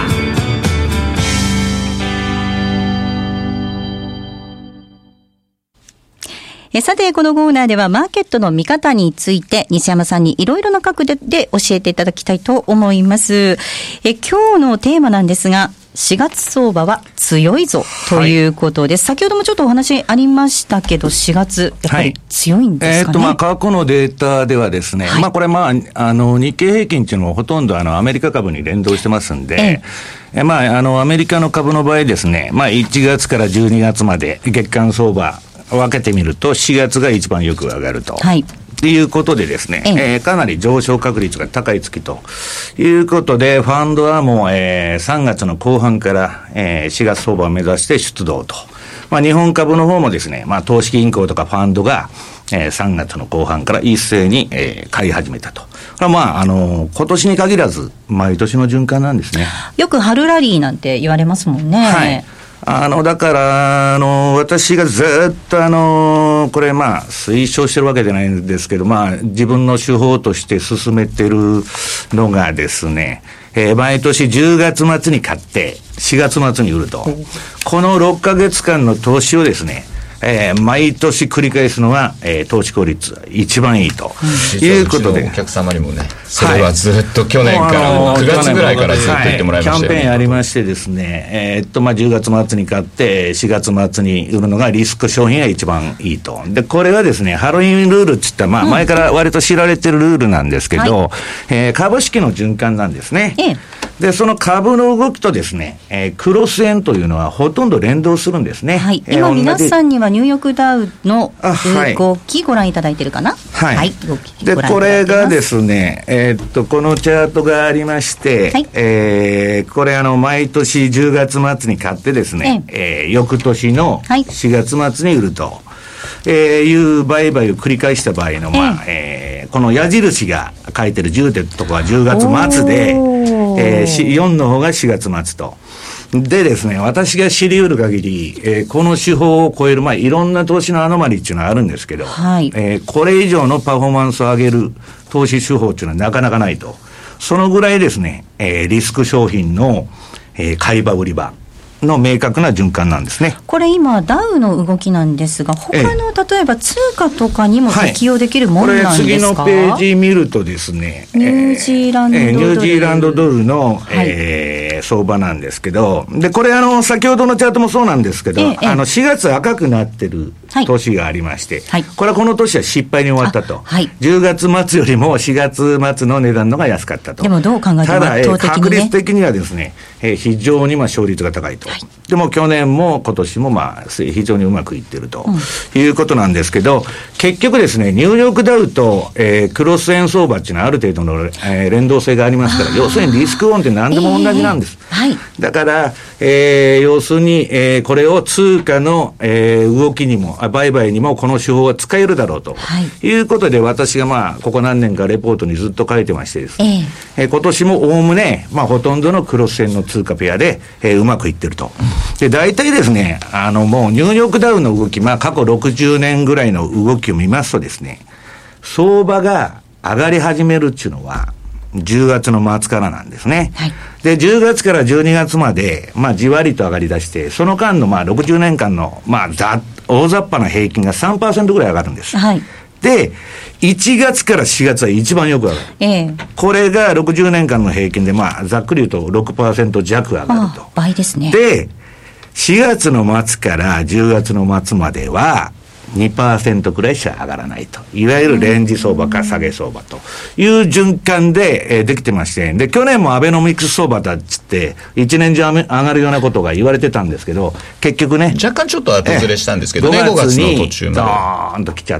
S5: えさて、このコーナーではマーケットの見方について西山さんにいろいろな角度で教えていただきたいと思います。え今日のテーマなんですが、しがつ相場は強いぞということです。はい、先ほどもちょっとお話ありましたけど、しがつやっぱり強いんですかね。
S2: はい、えー、っとまあ過去のデータではですね、はい、まあこれまああの日経平均っていうのはほとんどあのアメリカ株に連動してますんで。えええまああのアメリカの株の場合ですね、まあいちがつからじゅうにがつまで月間相場分けてみるとしがつが一番よく上がると。はい。ということでですね、ええー、かなり上昇確率が高い月ということで、ファンドはもう、えー、さんがつの後半から、えー、しがつ相場を目指して出動と。まあ日本株の方もですね、まあ投資銀行とかファンドが、えー、さんがつの後半から一斉に、えー、買い始めたと。これはまあ、あのー、今年に限らず毎年の循環なんですね。
S5: よく春ラリーなんて言われますもんね。
S2: はい。あの、だから、あの、私がずっとあの、これまあ、推奨してるわけじゃないんですけど、まあ、自分の手法として進めてるのがですね、えー、毎年じゅうがつ末に買って、しがつ末に売ると。このろっかげつかんの投資をですね、えー、毎年繰り返すのが、えー、投資効率一番いいと、うん、いうことで、
S3: お客様にもね、それはずっと去年から、はい、くがつぐらいからずっと言ってもらいましたよね。
S2: はい、キャンペーンありましてですね、えー、っとまあじゅうがつ末に買ってしがつ末に売るのがリスク商品が一番いいと。でこれはですね、ハロウィンルールって言ったら、まあ前から割と知られてるルールなんですけど、うんはいえー、株式の循環なんですね。ええで、その株の動きとですね、えー、クロス円というのはほとんど連動するんですね。
S5: はい。今、えー、皆さんにはニューヨークダウの動きご覧いただいてるかな。
S2: はい。はい、動きで、これがですね、えー、っと、このチャートがありまして、はい、えー、これあの、毎年じゅうがつ末に買ってですね、えー、えー、翌年のしがつ末に売ると。えー、いう売買を繰り返した場合の、まあえー、この矢印が書いてるじゅうってとこはじゅうがつ末で、えー、よんの方がしがつ末と。でですね、私が知り得る限り、えー、この手法を超える、まあ、いろんな投資のアノマリーっていうのはあるんですけど、はいえー、これ以上のパフォーマンスを上げる投資手法っていうのはなかなかないと。そのぐらいですね、えー、リスク商品の、えー、買い場売り場の明確な循環なんですね。
S5: これ今ダウの動きなんですが、他の例えば通貨とかにも適用できるものなんですか。はい、これ次の
S2: ページ見るとですね、
S5: ニュージーランドドル、
S2: えー、ニュージーランドドルの、はいえー、相場なんですけど、でこれあの先ほどのチャートもそうなんですけど、えー、あのしがつ赤くなってる年がありまして、はい、これはこの年は失敗に終わったと、はい、じゅうがつ末よりもしがつ末の値段のが安かったと。
S5: でもどう考えても
S2: ただ、えー、確率的にはですね、えー、非常にまあ勝率が高いと、はい、でも去年も今年もまあ非常にうまくいってると、うん、いうことなんですけど、結局ですね、ニューヨークダウと、えー、クロス円相場っていうのはある程度の、えー、連動性がありますから、要するにリスクオンって何でも同じなんです、えーはい、だから、えー、要するに、えー、これを通貨の、えー、動きにも売買にもこの手法は使えるだろうと、はい、いうことで私がまあここ何年かレポートにずっと書いてましてですね、えーえー、今年もおおむね、まあ、ほとんどのクロス円の通貨ペアで、えー、うまくいってると、うん、で大体ですね、あのもうニューヨークダウの動き、まあ過去ろくじゅうねんぐらいの動きを見ますとですね、相場が上がり始めるっていうのはじゅうがつの末からなんですね。はい、で、じゅうがつからじゅうにがつまで、まあじわりと上がり出して、その間のまあろくじゅうねんかんの、まあざ大雑把な平均が さんパーセント ぐらい上がるんです。はい。で、いちがつからしがつは一番よく上がる。ええ、これがろくじゅうねんかんの平均で、まあざっくり言うと ろくパーセント 弱上がると。ああ、
S5: 倍ですね。
S2: で、しがつの末からじゅうがつの末までは にパーセント くらいしか上がらないと。いわゆるレンジ相場か下げ相場という循環で、えー、できてまして、で、去年もアベノミクス相場だっつって、一年中上がるようなことが言われてたんですけど、結局ね。
S3: 若干ちょっと後ずれしたんですけどね、ごがつの途中まで。
S2: ドーンと来ちゃって、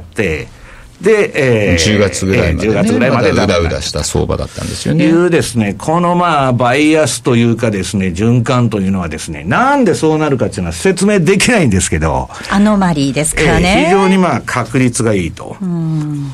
S2: で、
S3: えー、じゅうがつぐらいまで、ね、
S2: じゅうがつぐらいまで
S3: うだうだした相場だったんですよね。
S2: いうですね、このまあバイアスというかですね、循環というのはですね、なんでそうなるかっていうのは説明できないんですけど、
S5: アノマリーですからね。
S2: えー、非常にまあ確率がいいと。うん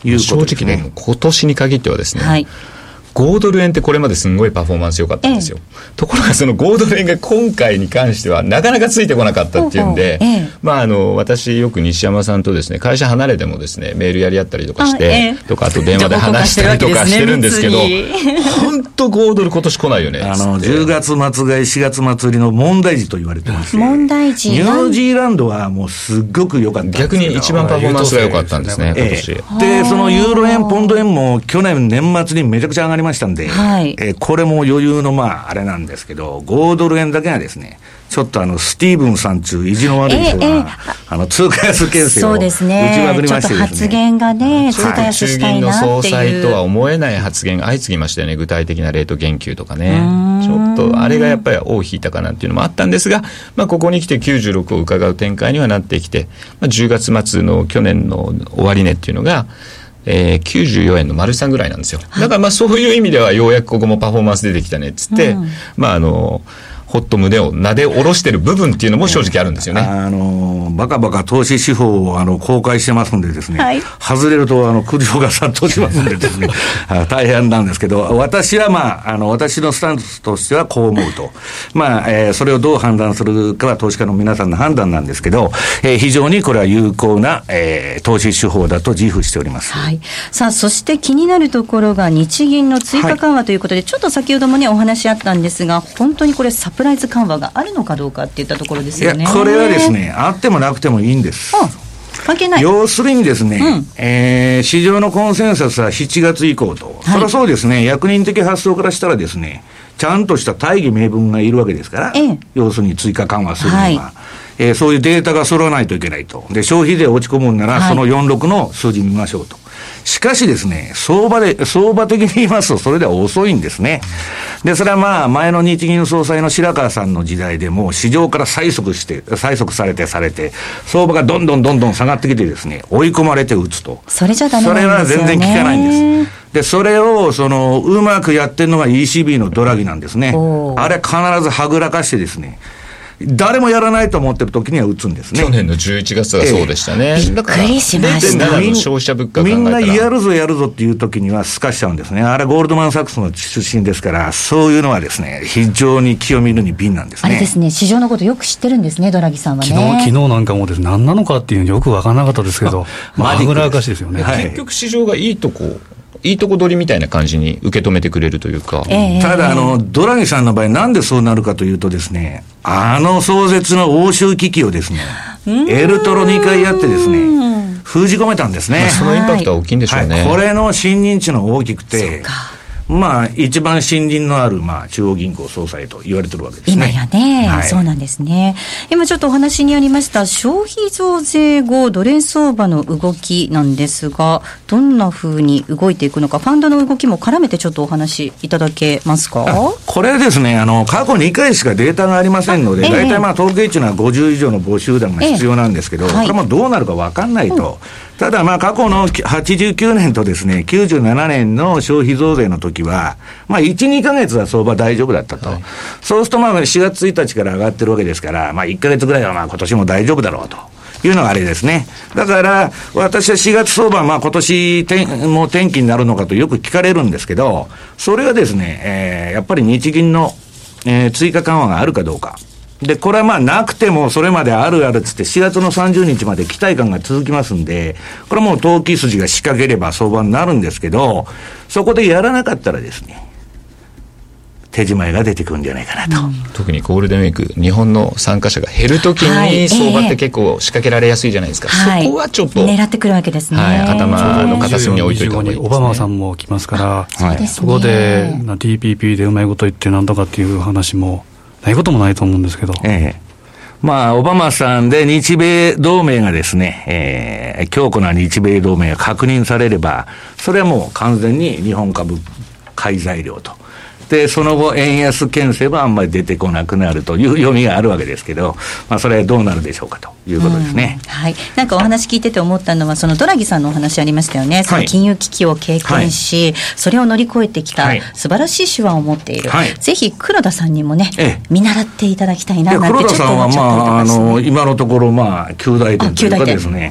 S2: いうことですね。
S3: 正直ね、今年に限ってはですね、
S5: はい、
S3: ごドル円ってこれまですんごいパフォーマンス良かったんですよ、ええ、ところがそのごドル円が今回に関してはなかなかついてこなかったっていうんで、ええ、まああの私よく西山さんとですね会社離れてもですねメールやり合ったりとかして、ええ、とかあと電話で話したりとかしてるんですけど、本当ごドル今年来ないよね。
S2: あのじゅうがつ末買いしがつ末売りの問題児と言われてます。
S5: 問題児。
S2: ニュージーランドはもうすっごく良かったんですけど、
S3: 逆に一番パフォーマンスが良かったんですね、今年。
S2: でそのユーロ円ポンド円も去年年末にめちゃくちゃ上がりましたんで、はい、えー、これも余裕のまああれなんですけど、ごドル円だけはですねちょっとあのスティーブンさん中意地の悪い人が、えーえー、あの通貨安牽制を打ちまくりましてですね、
S5: ちょっと発言がね通貨安したいなっていう、
S3: 中銀の総裁とは思えない発言が相次ぎましたよね。具体的なレート言及とかね、ちょっとあれがやっぱり尾を引いたかなっていうのもあったんですが、まあ、ここに来てきゅうじゅうろくを伺う展開にはなってきて、まあ、じゅうがつ末の去年の終値っていうのがえー、きゅうじゅうよえんの丸さんぐらいなんですよ。だからまあそういう意味ではようやくここもパフォーマンス出てきたねっつって、うん、まああのほっと胸をなで下ろしてる部分っていうのも正直あるんですよね。
S2: あのバカバカ投資手法をあの公開してますんでですね、はい、外れるとあの苦情が殺到しますんでですね大変なんですけど、私はまああの私のスタンスとしてはこう思うと、まあ、えー、それをどう判断するかは投資家の皆さんの判断なんですけど、えー、非常にこれは有効な、えー、投資手法だと自負しております。
S5: はい、さあそして気になるところが日銀の追加緩和ということで、はい、ちょっと先ほどもねお話あったんですが、本当にこれサプライズ緩和があるのかどうかっていったところですよね。
S2: いやこれはですねあってもなくてもいいんです。
S5: 関係ない。
S2: 要するにですね、うん、えー、市場のコンセンサスはしちがつ以降と、はい、それはそうですね、役人的発想からしたらですねちゃんとした大義名分がいるわけですから、ええ、要するに追加緩和するには、はい、えー、そういうデータが揃わないといけないと。で消費税落ち込むんなら、はい、そのよんじゅうろくの数字見ましょうと。しかしですね、相場で、相場的に言いますと、それでは遅いんですね。で、それはまあ、前の日銀総裁の白川さんの時代でも、市場から催促して、催促されてされて、相場がどんどんどんどん下がってきてですね、追い込まれて打つと。
S5: それじゃダメなんですよね。
S2: それは全然効かないんです。で、それを、その、うまくやってるのが イーシービー のドラギなんですね。あれ必ずはぐらかしてですね、誰もやらないと思ってる時には打つんですね。
S3: 去年のじゅういちがつがそうでしたね。
S5: えー、びっくりしました。
S3: の消費者物価考えたら
S2: みんなやるぞやるぞっていう時にはすかしちゃうんですね。あれゴールドマンサックスの出身ですから、そういうのはですね非常に気を見るに敏なんですね。
S5: あれですね、市場のことよく知ってるんですね、ドラギさんはね。
S4: 昨日昨日なんかもですね、何なのかっていうのよく分からなかったですけど、まあ、はぐらかしですよね。
S3: はい、結局市場がいいとこいいとこ取りみたいな感じに受け止めてくれるというか、
S2: えー、ただあのドラギさんの場合なんでそうなるかというとですね、あの壮絶な欧州危機をですねエルトロにかいやってですね封じ込めたんですね。
S3: そのインパクトは大きいんでしょうね。
S2: はい、これの信任値の大きくて、まあ、一番信任のある、まあ、中央銀行総裁と言われてるわけですね。
S5: 今やね、はい、そうなんですね。今ちょっとお話にありました消費増税後ドル相場の動きなんですが、どんな風に動いていくのか、ファンドの動きも絡めてちょっとお話いただけますか。
S2: これですね、あの過去にかいしかデータがありませんので、大体、まあ、統計値はごじゅう以上の募集団が必要なんですけど、ええ、これもどうなるか分かんないと、はい、ただまあ過去のはちじゅうきゅうねんとですねきゅうじゅうななねんの消費増税の時はまあいち、にかげつは相場大丈夫だったと、はい、そうするとまあしがつついたちから上がってるわけですから、まあいっかげつぐらいはまあ今年も大丈夫だろうというのがあれですね。だから私はしがつ相場はまあ今年もう転機になるのかとよく聞かれるんですけど、それはですね、えー、やっぱり日銀の、えー、追加緩和があるかどうかで、これはまあなくてもそれまであるあるっつってしがつのさんじゅうにちまで期待感が続きますんで、これはもう投機筋が仕掛ければ相場になるんですけど、そこでやらなかったらですね手締まいが出てくるんじゃないかなと、うん、
S3: 特にゴールデンウィーク日本の参加者が減るときに相場って結構仕掛けられやすいじゃないですか、はい、そこはちょっと、はい、
S5: 狙ってくるわけですね、
S3: はい、頭の片隅に置いといた方がいいですね。
S4: オバマさんも来ますから、
S5: はい、
S4: そこで ティーピーピー でうまいこと言ってなんとかっていう話もないこともないと思うんですけど、
S2: ええ、まあ、オバマさんで日米同盟がですね、えー、強固な日米同盟が確認されれば、それはもう完全に日本株買い材料と。で、その後、円安牽制はあんまり出てこなくなるという読みがあるわけですけど、まあ、それはどうなるでしょうかということですね。
S5: うん、はい。なんかお話聞いてて思ったのは、そのドラギさんのお話ありましたよね。その金融危機を経験し、はい、それを乗り越えてきた素晴らしい手腕を持っている。はい、ぜひ黒田さんにもね、ええ、見習っていただきたいななんてちょっと思っちゃったりとかして、ね。
S2: 黒田さんは、まあ、あの、今のところ、まあ、旧大点というかですね、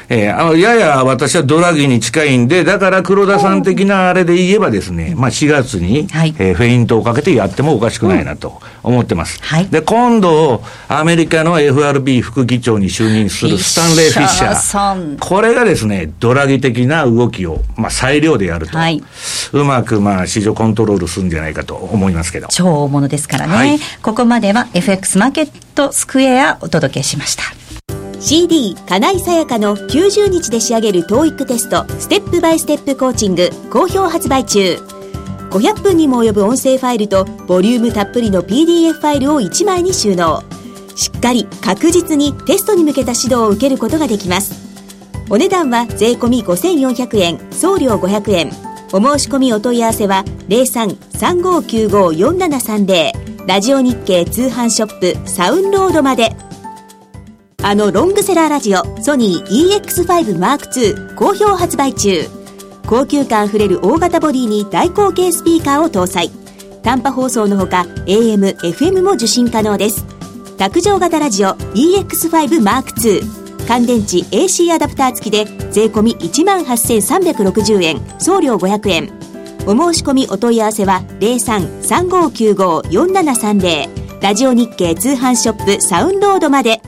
S2: えー、あのやや私はドラギに近いんで、だから黒田さん的なあれで言えばですね、まあ、しがつに、はい、えー、フェイントをかけてやってもおかしくないなと思ってます、うん、はい、で今度アメリカの エフアールビー 副議長に就任するスタンレー・フィッシャー、これがですねドラギ的な動きを、まあ、裁量でやると、はい、うまくまあ市場コントロールするんじゃないかと思いますけど、
S5: 超大物ですからね、はい、ここまでは エフエックス マーケットスクエアお届けしました。
S6: シーディー 金井さやかのきゅうじゅうにちで仕上げる トーイック テストステップバイステップコーチング好評発売中。ごひゃっぷんにも及ぶ音声ファイルとボリュームたっぷりの ピーディーエフ ファイルをいちまいに収納。しっかり確実にテストに向けた指導を受けることができます。お値段は税込みごせんよんひゃくえん、送料ごひゃくえん。お申し込みお問い合わせは ゼロさん さんごきゅうご よんななさんゼロ ラジオ日経通販ショップサウンロードまで。あのロングセラーラジオソニー イーエックスファイブマークツー 好評発売中。高級感あふれる大型ボディに大口径スピーカーを搭載。短波放送のほか エーエム、エフエム も受信可能です。卓上型ラジオ イーエックスファイブマークツー 乾電池 エーシー アダプター付きで税込み いちまんはっせんさんびゃくろくじゅうえん、送料ごひゃくえん。お申し込みお問い合わせは ゼロさん さんごきゅうご よんななさんゼロ ラジオ日経通販ショップサウンロードまで。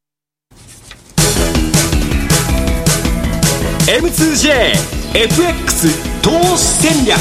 S1: エムツージェーエフエックス 投資戦略。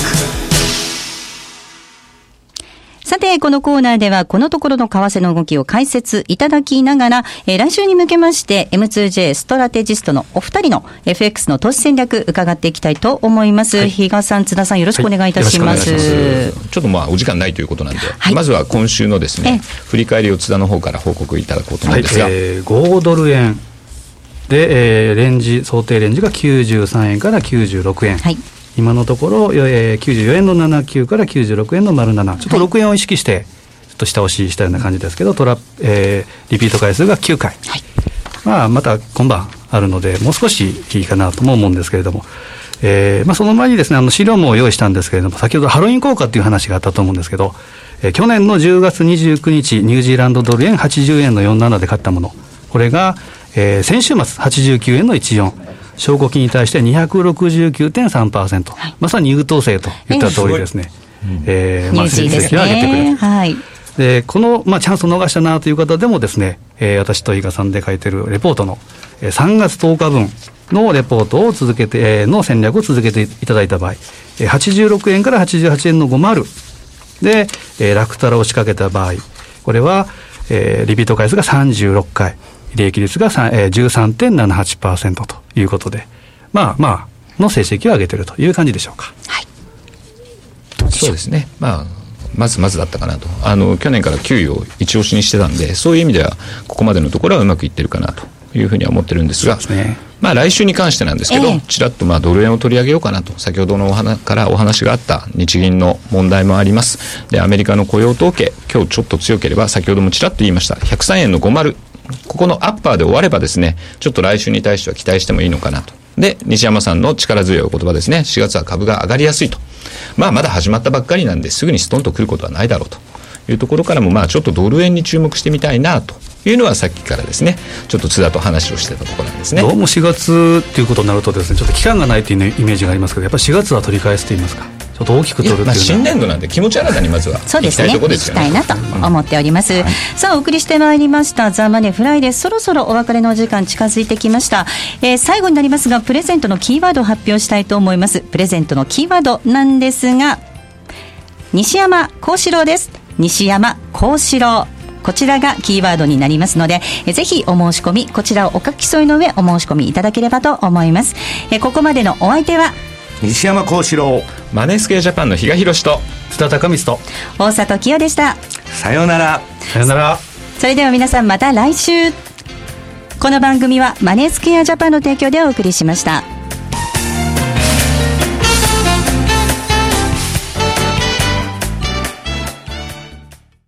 S5: さて、このコーナーではこのところの為替の動きを解説いただきながら、えー、来週に向けまして エムツージェー ストラテジストのお二人の エフエックス の投資戦略伺っていきたいと思います、はい、比嘉さん、津田さん、よろしくお願いいたします、はい、
S3: ちょっとまあお時間ないということなんで、はい、まずは今週のですね振り返りを津田の方から報告いただこうと思うんですが、はい、
S4: えー、ごドル円で、えー、レンジ想定レンジがきゅうじゅうさんえんからきゅうじゅうろくえん、はい、今のところ、えー、きゅうじゅうよえんのななじゅうきゅうからきゅうじゅうろくえんの丸なな、ちょっとろくえんを意識して、はい、ちょっと下押ししたような感じですけど、トラ、えー、リピート回数がきゅうかい、はい、まあ、また今晩あるのでもう少しいいかなとも思うんですけれども、えーまあ、その前にですね、あの資料も用意したんですけれども、先ほどハロウィン効果という話があったと思うんですけど、えー、去年のじゅうがつにじゅうくにちニュージーランドドル円はちじゅうえんのよんじゅうななで買ったもの、これがえー、先週末はちじゅうきゅうえんのじゅうよん、証拠金に対して にひゃくろくじゅうきゅうてんさんパーセント、はい、まさに優等生といった通りですね、えーえーまあ、成績を上げてくれる、はい、でこの、まあ、チャンスを逃したなという方でもですね、えー、私と伊賀さんで書いてるレポートの、えー、さんがつとおかぶんのレポートを続けて、えー、の戦略を続けていただいた場合、えー、はちじゅうろくえんからはちじゅうはちえんのごじゅうで、えー、ラクタラを仕掛けた場合、これは、えー、リピート回数がさんじゅうろっかい、利益率が じゅうさんてんななはちパーセント ということで、まあまあの成績を上げているという感じでしょうか。はい、
S3: そうですね、まあまずまずだったかなと、あの去年から給与を一押しにしてたんで、そういう意味ではここまでのところはうまくいってるかなというふうには思ってるんですが、そうですね、まあ、来週に関してなんですけど、えー、ちらっとまあドル円を取り上げようかなと、先ほどのお話からお話があった日銀の問題もあります。でアメリカの雇用統計、今日ちょっと強ければ、先ほどもちらっと言いましたひゃくさんえんのごじゅう、ここのアッパーで終わればですね、ちょっと来週に対しては期待してもいいのかなと。で西山さんの力強いお言葉ですね、しがつは株が上がりやすいと、まあまだ始まったばっかりなんですぐにストンと来ることはないだろうというところからも、まあちょっとドル円に注目してみたいなというのはさっきからですね、ちょっと津田と話をしてたところなんですね。
S4: どうもしがつっていうことになるとですね、ちょっと期間がないというイメージがありますけど、やっぱりしがつは取り返すと言いますか、ちょっと大きく取るっていうのは、まあ、
S3: 新年度なんで気持ち新たにまずは
S5: そうですね、行きたいなと思っております、うんはい、さあお送りしてまいりましたザ・マネーフライデー、そろそろお別れのお時間近づいてきました、えー、最後になりますがプレゼントのキーワードを発表したいと思います。プレゼントのキーワードなんですが、西山幸四郎です。西山幸四郎、こちらがキーワードになりますので、えぜひお申し込み、こちらをお書き添えの上お申し込みいただければと思います。えここまでのお相手は
S2: 西山幸四郎、
S3: マネースクエアジャパンの比嘉宏と
S4: 津田隆光と
S5: 大里清でした。
S2: さようなら。
S4: さようなら。
S5: それでは皆さんまた来週。この番組はマネースクエアジャパンの提供でお送りしました。